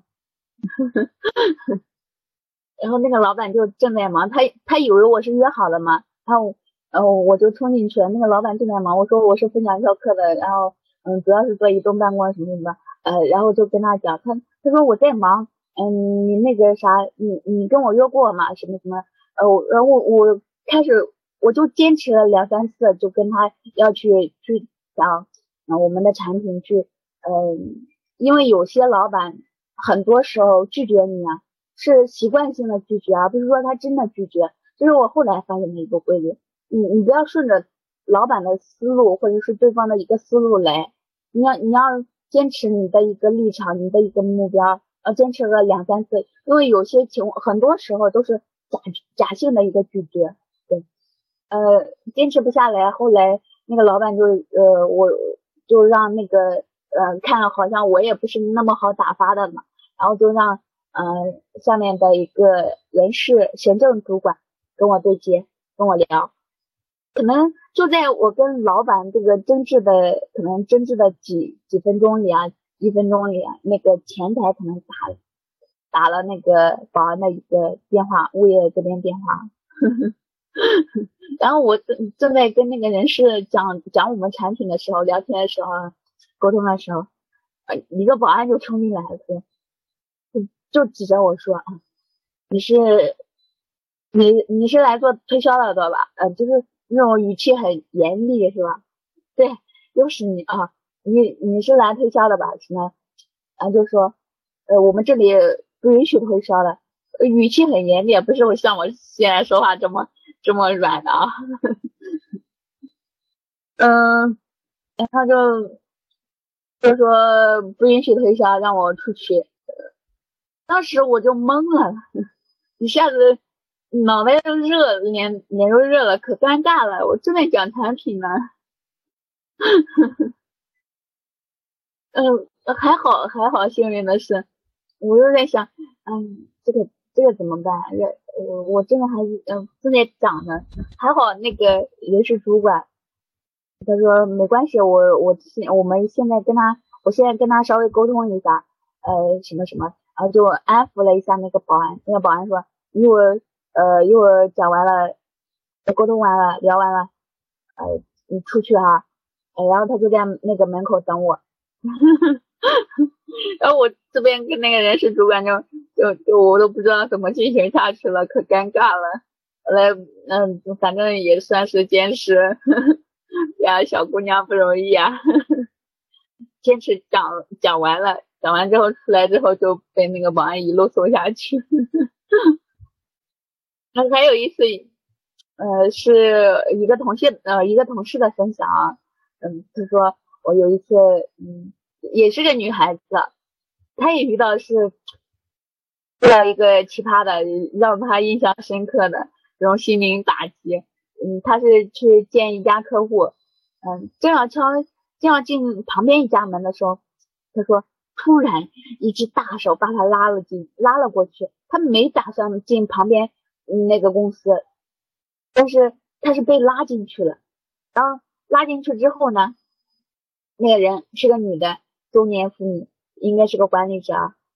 然后那个老板就正在忙，他他以为我是约好了嘛，然后然后我就冲进去，那个老板正在忙，我说我是分享销课的，然后嗯主要是做移动办公什么什么。呃，然后就跟他讲，他他说我在忙，嗯，你那个啥，你你跟我约过嘛，什么什么，呃，然后我我开始我就坚持了两三次，就跟他要去去讲，呃，我们的产品去，嗯，因为有些老板很多时候拒绝你啊，是习惯性的拒绝，而不是说他真的拒绝，这是我后来发现的一个规律，你你不要顺着老板的思路或者是对方的一个思路来，你要你要。坚持你的一个立场，你的一个目标，要坚持个两三次，因为有些情况很多时候都是假假性的一个拒绝，对，呃，坚持不下来，后来那个老板就呃，我就让那个呃，看了好像我也不是那么好打发的嘛，然后就让呃下面的一个人事行政主管跟我对接，跟我聊。可能就在我跟老板这个争执的，可能争执的几几分钟里啊，一分钟里啊，那个前台可能打打了那个保安的一个电话，物业这边电话，然后我正正在跟那个人事讲讲我们产品的时候，聊天的时候，沟通的时候，呃，一个保安就冲进来了，就就指着我说啊，你是你你是来做推销的对吧？呃，就是那种语气很严厉是吧？对，又是你啊，你你是来推销的吧？什么？然后就说，呃，我们这里不允许推销的，呃语气很严厉，不是我像我现在说话这么这么软的啊。嗯，然后就就说不允许推销，让我出去。当时我就懵了，一下子脑袋都热了，脸脸都热了，可尴尬了。我正在讲产品呢。嗯，还好还好，幸运的是，我又在想，嗯，这个这个怎么办？这我我真的还嗯正在讲呢，还好那个人事主管他说没关系，我我现我们现在跟他，我现在跟他稍微沟通一下，呃什么什么，然后就安抚了一下那个保安，那个保安说一会儿呃一会儿讲完了，沟通完了聊完了，呃你出去哈，呃然后他就在那个门口等我。然后我这边跟那个人事主管就就就我都不知道怎么进行下去了，可尴尬了。后来嗯，反正也算是坚持呀，小姑娘不容易啊。坚持讲讲完了，讲完之后出来之后就被那个保安一路送下去。然后还有一次，呃，是一个同事呃一个同事的分享啊，嗯，他说我有一次嗯也是个女孩子。他也遇到是遇到一个奇葩的，让他印象深刻的这种心灵打击。嗯，他是去见一家客户，嗯，正要敲正要进旁边一家门的时候，他说突然一只大手把他拉了进拉了过去，他没打算进旁边那个公司，但是他是被拉进去了。然后拉进去之后呢，那个人是个女的，中年妇女，应该是个管理者啊。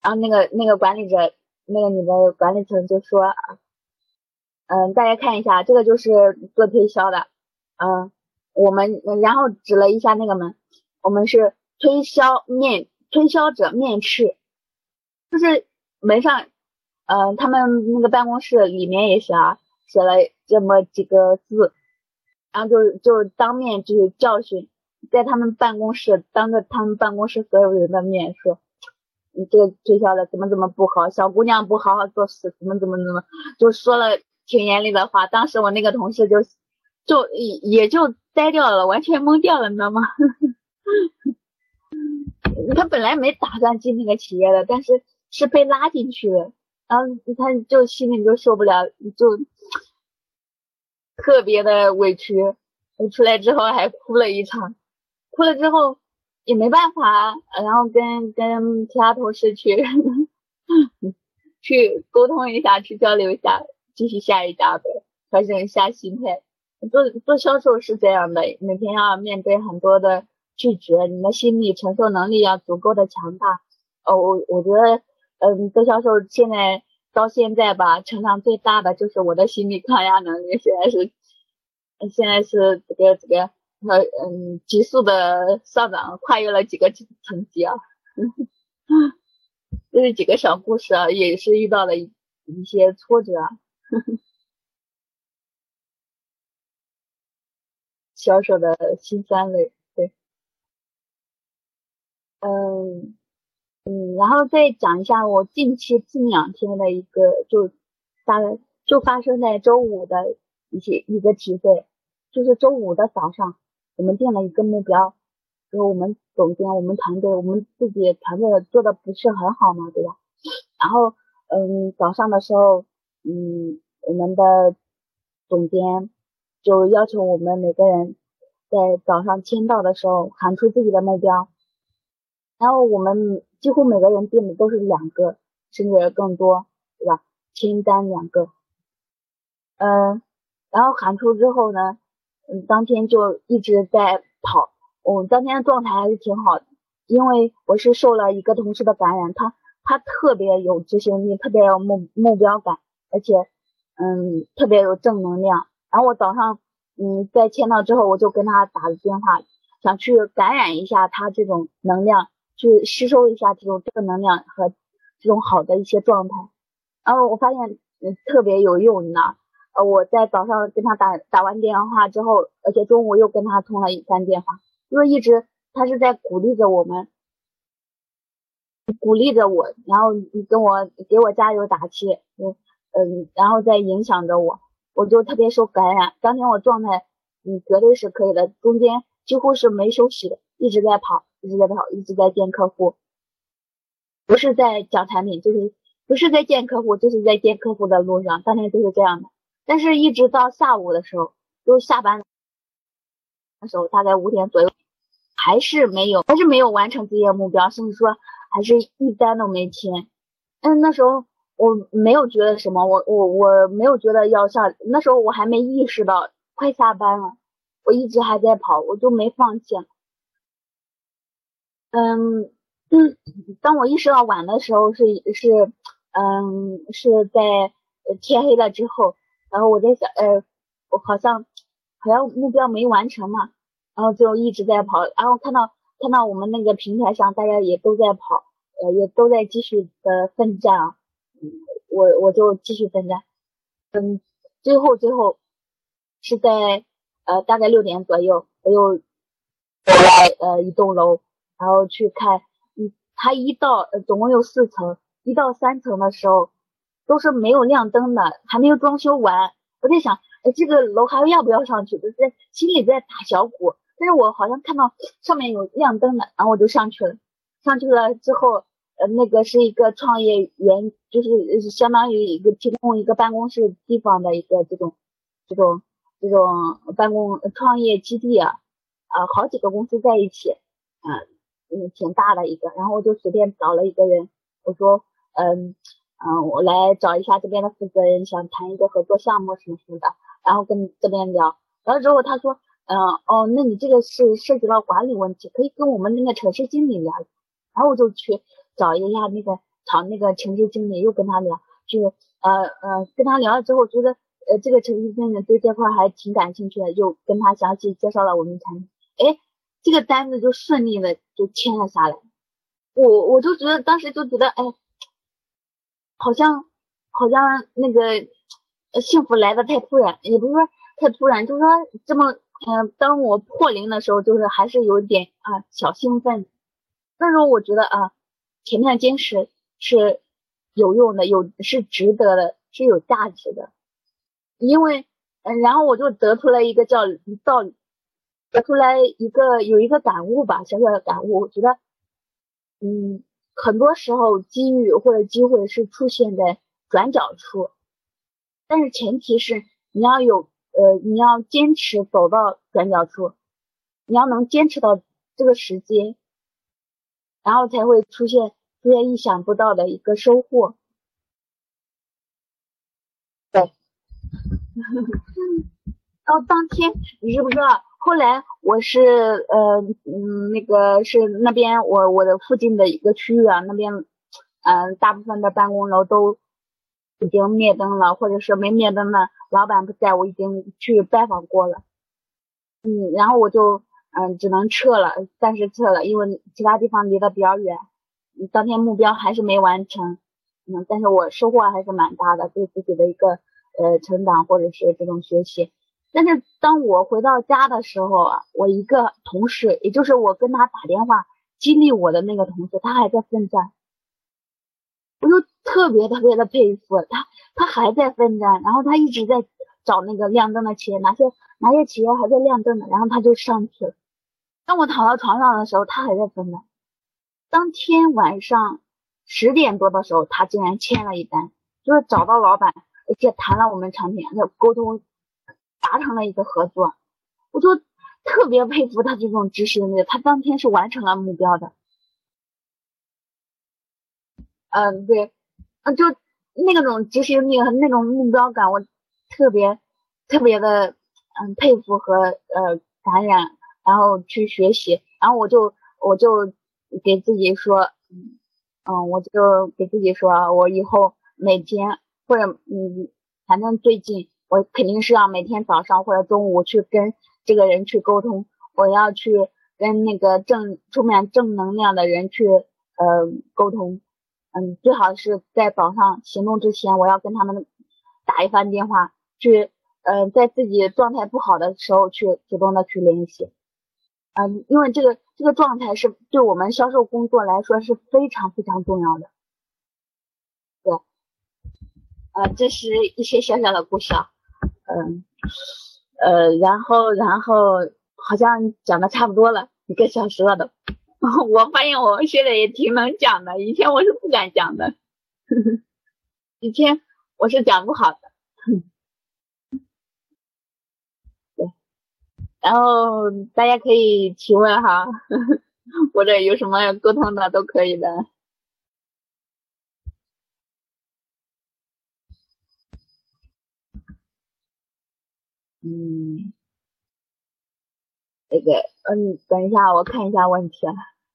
然后那个那个管理者，那个你的管理层就说，嗯，大家看一下，这个就是做推销的，嗯，我们然后指了一下那个门，我们是推销面推销者面试，就是门上，嗯，他们那个办公室里面也写啊，写了这么几个字，然后就就当面就是教训，在他们办公室当着他们办公室所有人的面说，你这个推销的怎么怎么不好，小姑娘不好好做事，怎么怎么怎么，就说了挺严厉的话。当时我那个同事就就也就呆掉了，完全懵掉了，你知道吗？他本来没打算进那个企业的，但是是被拉进去的，然后他就心里就受不了，就特别的委屈，出来之后还哭了一场，哭了之后也没办法，然后跟跟其他同事去去沟通一下，去交流一下，继续下一家呗，调整一下心态。做做销售是这样的，每天要面对很多的拒绝，你的心理承受能力要足够的强大。呃，我我觉得，嗯，做销售现在到现在吧，成长最大的就是我的心理抗压能力，现在是现在是这个这个呃嗯急速的上涨，跨越了几个层级啊。这是几个小故事啊，也是遇到了一一些挫折啊。销售的辛酸泪，对，嗯嗯，然后再讲一下我近期近两天的一个就大概就发生在周五的一些一个体会，就是周五的早上，我们定了一个目标，就是我们总监、我们团队、我们自己团队做的不是很好嘛，对吧？然后嗯，早上的时候，嗯，我们的总监就要求我们每个人在早上签到的时候喊出自己的目标，然后我们几乎每个人定的都是两个，甚至更多，对吧？清单两个，嗯，然后喊出之后呢，嗯，当天就一直在跑，我当天的状态还是挺好的，因为我是受了一个同事的感染，他他特别有执行力，特别有目目标感，而且嗯特别有正能量。然后我早上嗯在签到之后，我就跟他打了电话，想去感染一下他这种能量，去吸收一下这种正能量和这种好的一些状态。然后我发现嗯特别有用，你知道。呃，我在早上跟他打打完电话之后，而且中午又跟他通了一番电话，因为一直他是在鼓励着我们，鼓励着我，然后跟我给我加油打气，嗯嗯，然后再影响着我，我就特别受感染。当天我状态嗯绝对是可以的，中间几乎是没休息的，一直在跑，一直在跑，一直在见客户，不是在讲产品，就是不是在见客户，就是在见客户的路上，当天就是这样的。但是，一直到下午的时候，就下班的时候，大概五点左右，还是没有，还是没有完成自己的目标，甚至说还是一单都没签。嗯，那时候我没有觉得什么，我我我没有觉得要下，那时候我还没意识到快下班了，我一直还在跑，我就没放弃。嗯嗯，当我意识到晚的时候是是嗯是在天黑了之后，然后我在想，呃，我好像好像目标没完成嘛，然后就一直在跑，然后看到看到我们那个平台上大家也都在跑，呃，也都在继续的奋战啊，嗯，我我就继续奋战，最后最后是在呃大概六点左右，我又走来呃一栋楼，然后去看，嗯，它一到呃总共有四层，一到三层的时候都是没有亮灯的，还没有装修完。我在想，哎，这个楼还要不要上去？就是心里在打小鼓。但是我好像看到上面有亮灯的，然后我就上去了。上去了之后，呃，那个是一个创业园，就是相当于一个提供一个办公室地方的一个这种这种这种办公创业基地啊，呃，好几个公司在一起，嗯嗯，挺大的一个。然后我就随便找了一个人，我说，嗯嗯，我来找一下这边的负责人，想谈一个合作项目什么什么的。然后跟这边聊，聊了之后他说，嗯哦，那你这个是涉及到管理问题，可以跟我们那个城市经理聊。然后我就去找一下那个找那个城市经理又跟他聊，就是呃呃跟他聊了之后，觉得呃这个城市经理对这块还挺感兴趣的，就跟他详细介绍了我们产品，哎，这个单子就顺利的就签了下来。我我就觉得当时就觉得，哎，好像好像那个呃幸福来的太突然，也不是说太突然，就是说这么嗯、呃，当我破零的时候，就是还是有点啊小兴奋。那时候我觉得啊，前面的坚持是有用的，有是值得的，是有价值的。因为嗯、呃，然后我就得出了一个叫道理，得出来一个有一个感悟吧，小小的感悟，我觉得嗯。很多时候机遇或者机会是出现在转角处，但是前提是你要有呃你要坚持走到转角处，你要能坚持到这个时间，然后才会出现出现意想不到的一个收获。对。然后当天你知不知道，后来我是呃嗯那个是那边我我的附近的一个区域啊，那边嗯、呃、大部分的办公楼都已经灭灯了，或者是没灭灯的老板不在，我已经去拜访过了。嗯，然后我就嗯、呃、只能撤了，暂时撤了，因为其他地方离得比较远，当天目标还是没完成。嗯，但是我收获还是蛮大的，对自己的一个呃成长或者是这种学习。但是当我回到家的时候啊，我一个同事，也就是我跟他打电话激励我的那个同事，他还在奋战，我就特别特别的佩服他，他还在奋战，然后他一直在找那个亮灯的企业，哪些哪些企业还在亮灯的，然后他就上去了。当我躺到床上的时候，他还在奋战。当天晚上十点多的时候，他竟然签了一单，就是找到老板，而且谈了我们产品，要沟通，达成了一个合作。我就特别佩服他这种执行力，他当天是完成了目标的。嗯，对，嗯，就那种执行力和那种目标感，我特别特别的嗯佩服和呃感染，然后去学习，然后我就我就给自己说，嗯嗯，我就给自己说，我以后每天或者嗯，反正最近我肯定是要每天早上或者中午去跟这个人去沟通，我要去跟那个正充满正能量的人去呃沟通。嗯，最好是在早上行动之前，我要跟他们打一番电话，去，呃，在自己状态不好的时候去主动的去联系。嗯，因为这个这个状态是对我们销售工作来说是非常非常重要的。对，呃，这是一些小小的故事啊。嗯，呃，然后然后好像讲的差不多了，一个小时了都。我发现我现在也挺能讲的，以前我是不敢讲的。以前我是讲不好的。对，然后大家可以提问哈，或者有什么沟通的都可以的。嗯，这个，嗯，等一下，我看一下问题啊。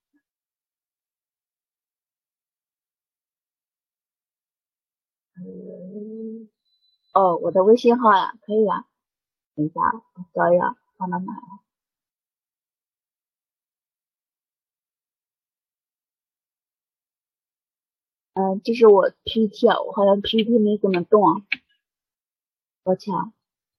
嗯，哦，我的微信号呀，可以啊。等一下，我找一下，放到哪了？嗯，这是我 P P T 啊，我好像 P P T 没怎么动啊，抱歉啊。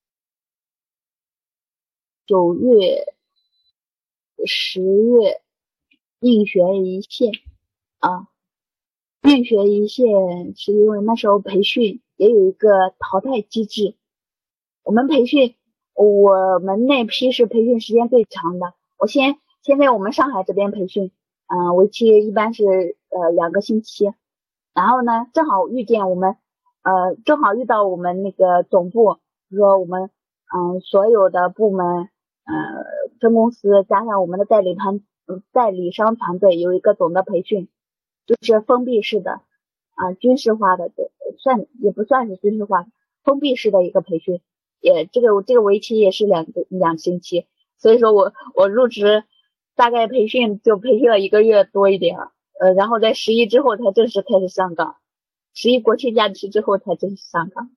九月、十月，应学一线啊。应学一线是因为那时候培训也有一个淘汰机制，我们培训，我们那批是培训时间最长的。我先先在我们上海这边培训，嗯、呃，为期一般是呃两个星期。然后呢，正好遇见我们，呃，正好遇到我们那个总部，就说我们嗯、呃、所有的部门，呃分公司加上我们的代理团，嗯代理商团队有一个总的培训，就是封闭式的啊、呃、军事化的，对，算也不算是军事化，封闭式的一个培训。也这个这个为期也是两个两星期，所以说我我入职大概培训就培训了一个月多一点了， 呃，然后在十一之后才正式开始上岗，十一国庆假期之后才正式上岗。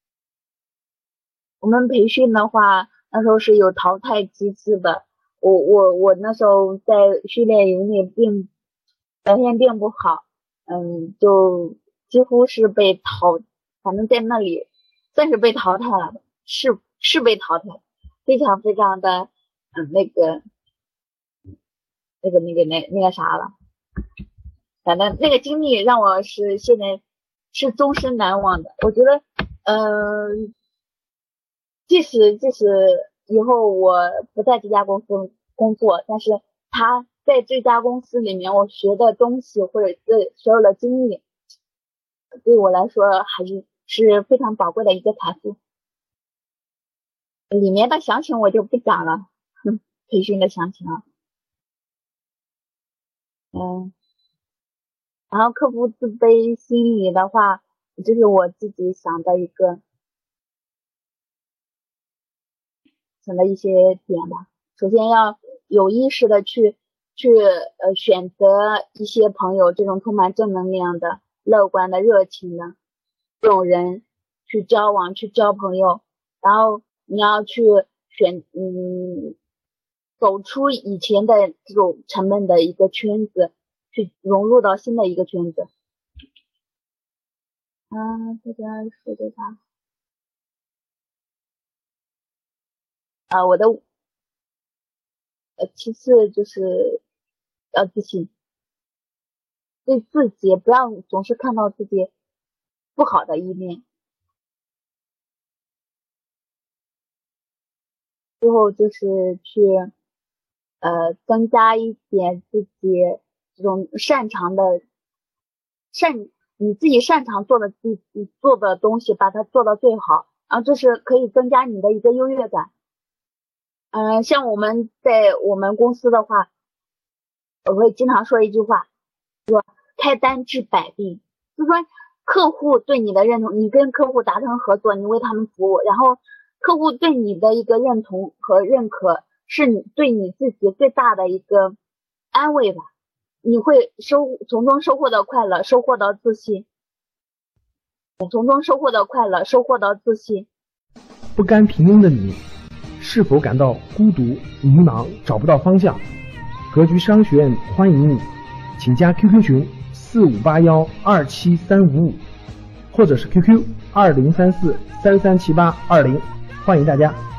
我们培训的话，那时候是有淘汰机制的。我我我那时候在训练营里并表现并不好，嗯，就几乎是被淘，反正在那里算是被淘汰了，是是被淘汰，非常非常的嗯那个那个那个那那个啥了。反正那个经历让我是现在是终身难忘的。我觉得，嗯、呃，即使即使以后我不在这家公司工作，但是他在这家公司里面我学的东西或者是所有的经历，对我来说还是是非常宝贵的一个财富。里面的详情我就不讲了，哼，培训的详情啊，嗯。然后克服自卑心理的话，这是我自己想的一个想的一些点吧。首先要有意识的去去呃选择一些朋友，这种充满正能量的、乐观的、热情的这种人去交往、去交朋友。然后你要去选嗯走出以前的这种沉闷的一个圈子，去融入到新的一个圈子。啊，这边说的啥？啊，我的呃，其次就是要自信，对自己不要总是看到自己不好的一面。最后就是去呃增加一点自己这种擅长的擅你自己擅长做的自己做的东西，把它做到最好，然后这是可以增加你的一个优越感。嗯、呃，像我们在我们公司的话，我会经常说一句话，说开单治百病，就是说客户对你的认同，你跟客户达成合作，你为他们服务，然后客户对你的一个认同和认可，是你对你自己最大的一个安慰吧。你会收从中收获到快乐，收获到自信，从中收获到快乐，收获到自信。 不甘平庸的你，是否感到孤独、迷茫、找不到方向？格局商学院欢迎你，请加 Q Q 群四五八幺二七三五五，或者是 Q Q 二零三四三三七八二零，欢迎大家。